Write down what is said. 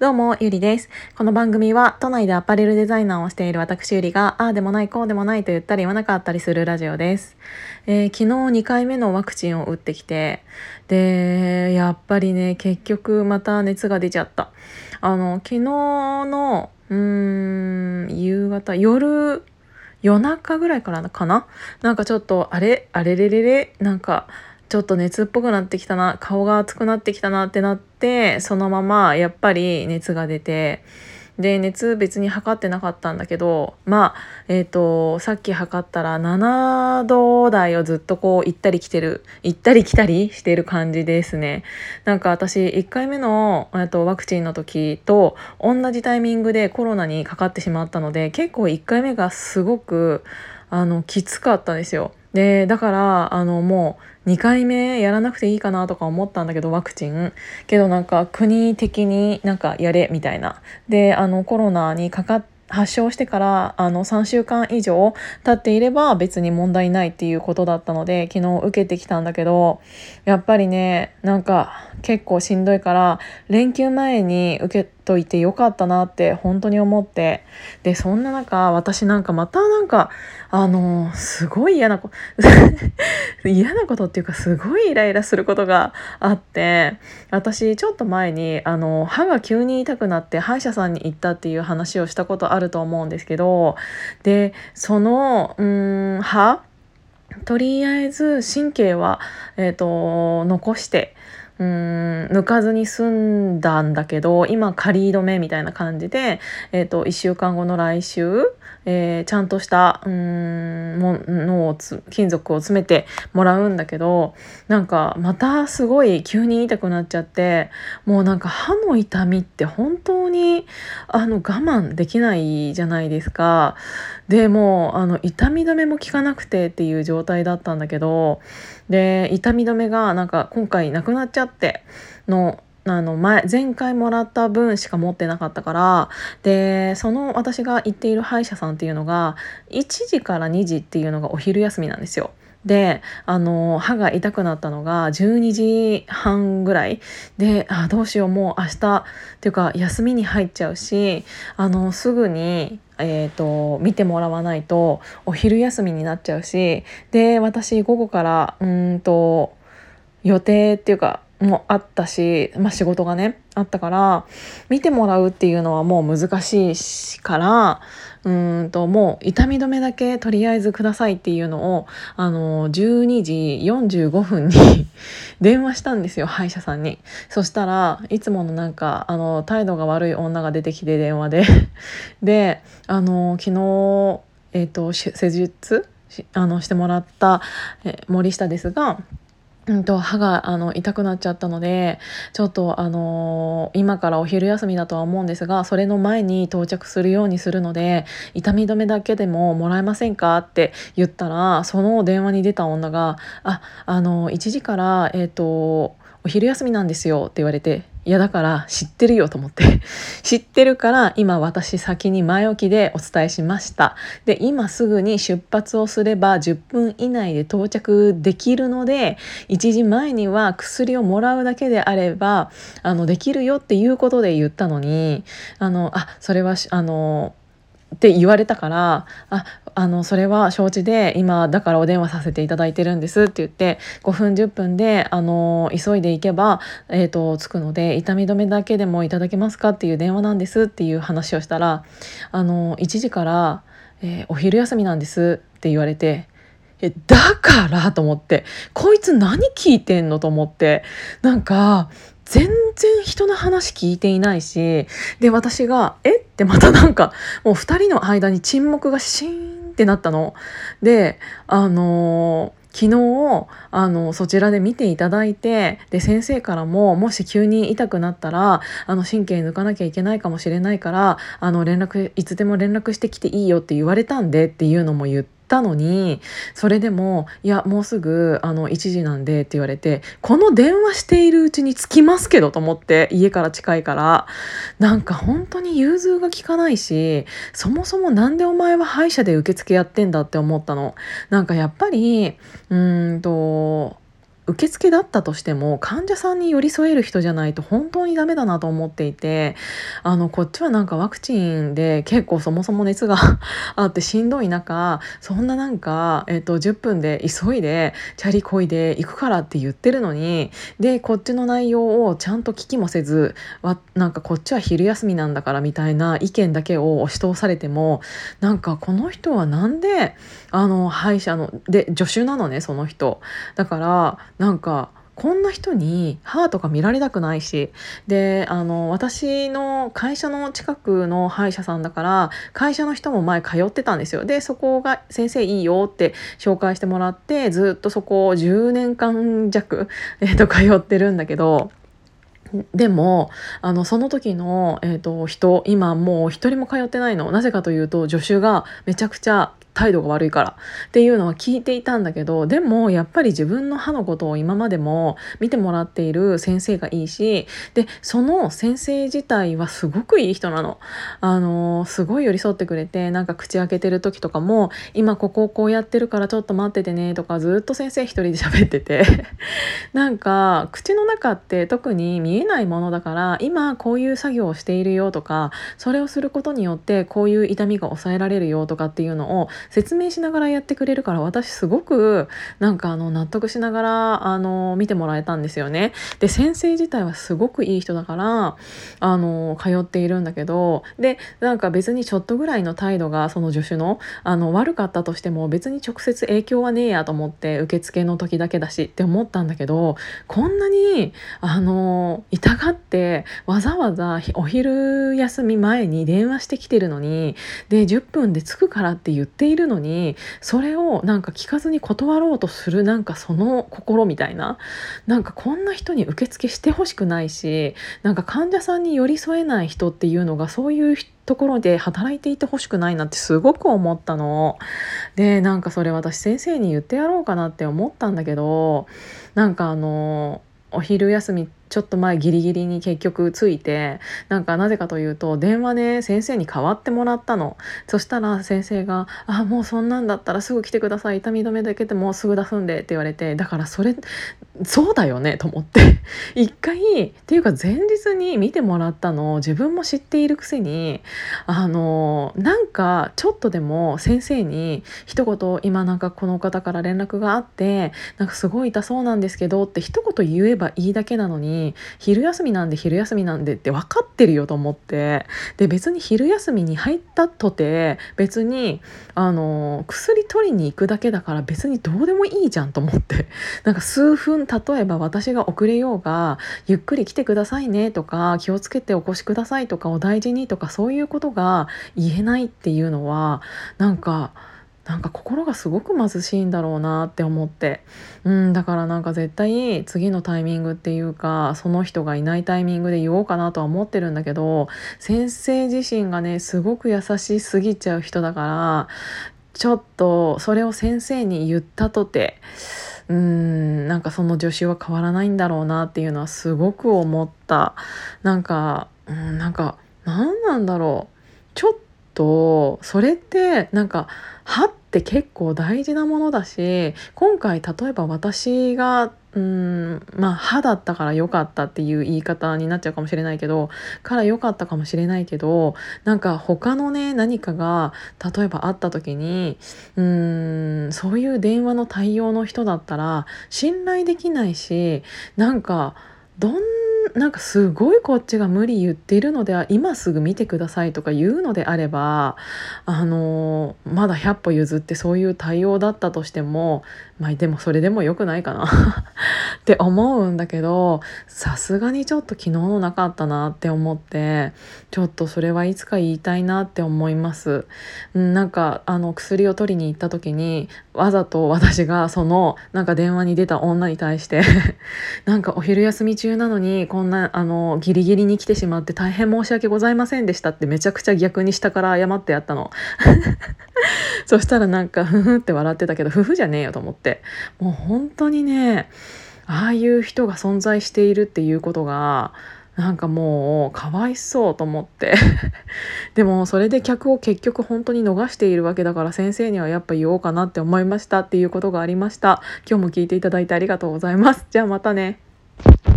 どうも、ゆりです。この番組は、都内でアパレルデザイナーをしている私ゆりが、ああでもない、こうでもないと言ったり言わなかったりするラジオです。昨日2回目のワクチンを打ってきて、で、やっぱりね、結局また熱が出ちゃった。昨日の、夕方、夜中ぐらいからかな、なんかちょっと、あれれれれ、なんか、ちょっと熱っぽくなってきたな、顔が熱くなってきたなってなって、そのままやっぱり熱が出て、で熱別に測ってなかったんだけど、さっき測ったら7度台をずっとこう行ったり来たりしてる感じですね。なんか私1回目のワクチンの時と同じタイミングでコロナにかかってしまったので、結構1回目がすごくきつかったんですよ。でだからもう2回目やらなくていいかなとか思ったんだけど、ワクチンけどなんか国的になんかやれみたいな。でコロナに発症してから3週間以上経っていれば別に問題ないっていうことだったので、昨日受けてきたんだけど、やっぱりね、なんか結構しんどいから連休前に受けといてよかったなって本当に思って。でそんな中、私なんかまたなんかすごい嫌なことっていうか、すごいイライラすることがあって、私ちょっと前に歯が急に痛くなって歯医者さんに行ったっていう話をしたことあると思うんですけど、でその歯、とりあえず神経は、残して抜かずに済んだんだけど、今仮止めみたいな感じで、1週間後の来週、ちゃんとしたものを金属を詰めてもらうんだけど、なんかまたすごい急に痛くなっちゃって、もうなんか歯の痛みって本当に我慢できないじゃないですか。でもう痛み止めも効かなくてっていう状態だったんだけど、で痛み止めがなんか今回なくなっちゃっての前回もらった分しか持ってなかったから、でその私が行っている歯医者さんっていうのが1時から2時っていうのがお昼休みなんですよ。で歯が痛くなったのが12時半ぐらいで、どうしよう、もう明日っていうか休みに入っちゃうし、すぐに見てもらわないとお昼休みになっちゃうし、で私午後から予定っていうかもあったし、仕事がねあったから、見てもらうっていうのはもう難しいから、もう痛み止めだけとりあえずくださいっていうのを12時45分に電話したんですよ、歯医者さんに。そしたらいつものなんか態度が悪い女が出てきて、電話でで昨日施術してもらった森下ですが、歯が痛くなっちゃったので、ちょっと今からお昼休みだとは思うんですが、それの前に到着するようにするので痛み止めだけでももらえませんかって言ったら、その電話に出た女が1時からお昼休みなんですよって言われて、いやだから知ってるよと思って知ってるから今私先に前置きでお伝えしました。で今すぐに出発をすれば10分以内で到着できるので、1時前には薬をもらうだけであればできるよっていうことで言ったのに、それはって言われたから、それは承知で今だからお電話させていただいてるんですって言って、5分10分で急いで行けば着くので痛み止めだけでもいただけますかっていう電話なんですっていう話をしたら、1時から、お昼休みなんですって言われて、だからと思って、こいつ何聞いてんのと思って、なんか全然人の話聞いていないし、で私がってまたなんかもう2人の間に沈黙がシーンってなったので、昨日そちらで見ていただいて、で先生からももし急に痛くなったら神経抜かなきゃいけないかもしれないから、いつでも連絡してきていいよって言われたんでっていうのも言ったのに、それでもいやもうすぐ1時なんでって言われて、この電話しているうちに着きますけどと思って、家から近いから、なんか本当に融通が利かないし、そもそもなんでお前は歯医者で受付やってんだって思ったの。なんかやっぱり受付だったとしても患者さんに寄り添える人じゃないと本当にダメだなと思っていて、こっちはなんかワクチンで結構そもそも熱があってしんどい中、そんななんか、10分で急いでチャリこいで行くからって言ってるのに、でこっちの内容をちゃんと聞きもせず、なんかこっちは昼休みなんだからみたいな意見だけを押し通されても、なんかこの人はなんで歯医者ので助手なのね、その人だから。なんかこんな人に歯とか見られたくないし、で私の会社の近くの歯医者さんだから、会社の人も前通ってたんですよ。でそこが先生いいよって紹介してもらって、ずっとそこを10年間弱、通ってるんだけど、でもその時の、今もう一人も通ってないの。なぜかというと助手がめちゃくちゃ態度が悪いからっていうのは聞いていたんだけど、でもやっぱり自分の歯のことを今までも見てもらっている先生がいいし、でその先生自体はすごくいい人なの。すごい寄り添ってくれて、なんか口開けてる時とかも今ここをこうやってるからちょっと待っててねとか、ずっと先生一人で喋っててなんか口の中って特に見えないものだから、今こういう作業をしているよとか、それをすることによってこういう痛みが抑えられるよとかっていうのを説明しながらやってくれるから、私すごくなんか納得しながら見てもらえたんですよね。で先生自体はすごくいい人だから通っているんだけど、でなんか別にちょっとぐらいの態度がその助手の悪かったとしても別に直接影響はねえやと思って、受付の時だけだしって思ったんだけど、こんなに痛がってわざわざお昼休み前に電話してきてるのに、で10分で着くからって言っているのに、それをなんか聞かずに断ろうとする、なんかその心みたいな、なんかこんな人に受付してほしくないし、なんか患者さんに寄り添えない人っていうのがそういうところで働いていてほしくないなってすごく思ったの。でなんかそれ私先生に言ってやろうかなって思ったんだけど、なんかお昼休みちょっと前ギリギリに結局着いて、なんかなぜかというと電話で先生に代わってもらったの。そしたら先生がもうそんなんだったらすぐ来てください、痛み止めだけでもうすぐ出すんでって言われて、だからそれそうだよねと思って一回っていうか前日に見てもらったのを自分も知っているくせに、なんかちょっとでも先生に一言今なんかこの方から連絡があってなんかすごい痛そうなんですけどって一言言えばいいだけなのに、昼休みなんで昼休みなんでって分かってるよと思って、で別に昼休みに入ったとて別に薬取りに行くだけだから別にどうでもいいじゃんと思って、なんか数分、例えば私が遅れようがゆっくり来てくださいねとか気をつけてお越しくださいとかお大事にとかそういうことが言えないっていうのはなんか心がすごく貧しいんだろうなって思って、だからなんか絶対次のタイミングっていうかその人がいないタイミングで言おうかなとは思ってるんだけど、先生自身がねすごく優しすぎちゃう人だから、ちょっとそれを先生に言ったとてなんかその助手は変わらないんだろうなっていうのはすごく思った。なんか何なんだろう、ちょっとそれってなんか歯って結構大事なものだし、今回例えば私が歯だったから良かったっていう言い方になっちゃうかもしれないけど、から良かったかもしれないけど、なんか他のね何かが例えばあった時にそういう電話の対応の人だったら信頼できないし、なんかどんなんかすごいこっちが無理言っているのでは今すぐ見てくださいとか言うのであればまだ100歩譲ってそういう対応だったとしても、でもそれでも良くないかなって思うんだけど、さすがにちょっと昨日のなかったなって思って、ちょっとそれはいつか言いたいなって思います。なんか薬を取りに行った時にわざと私がそのなんか電話に出た女に対してなんかお昼休み中なのにこんなギリギリに来てしまって大変申し訳ございませんでしたってめちゃくちゃ逆に下から謝ってやったのそしたらなんかふふって笑ってたけど、ふふじゃねえよと思って、もう本当にねああいう人が存在しているっていうことがなんかもうかわいそうと思ってでもそれで客を結局本当に逃しているわけだから、先生にはやっぱ言おうかなって思いましたっていうことがありました。今日も聞いていただいてありがとうございます。じゃあまたね。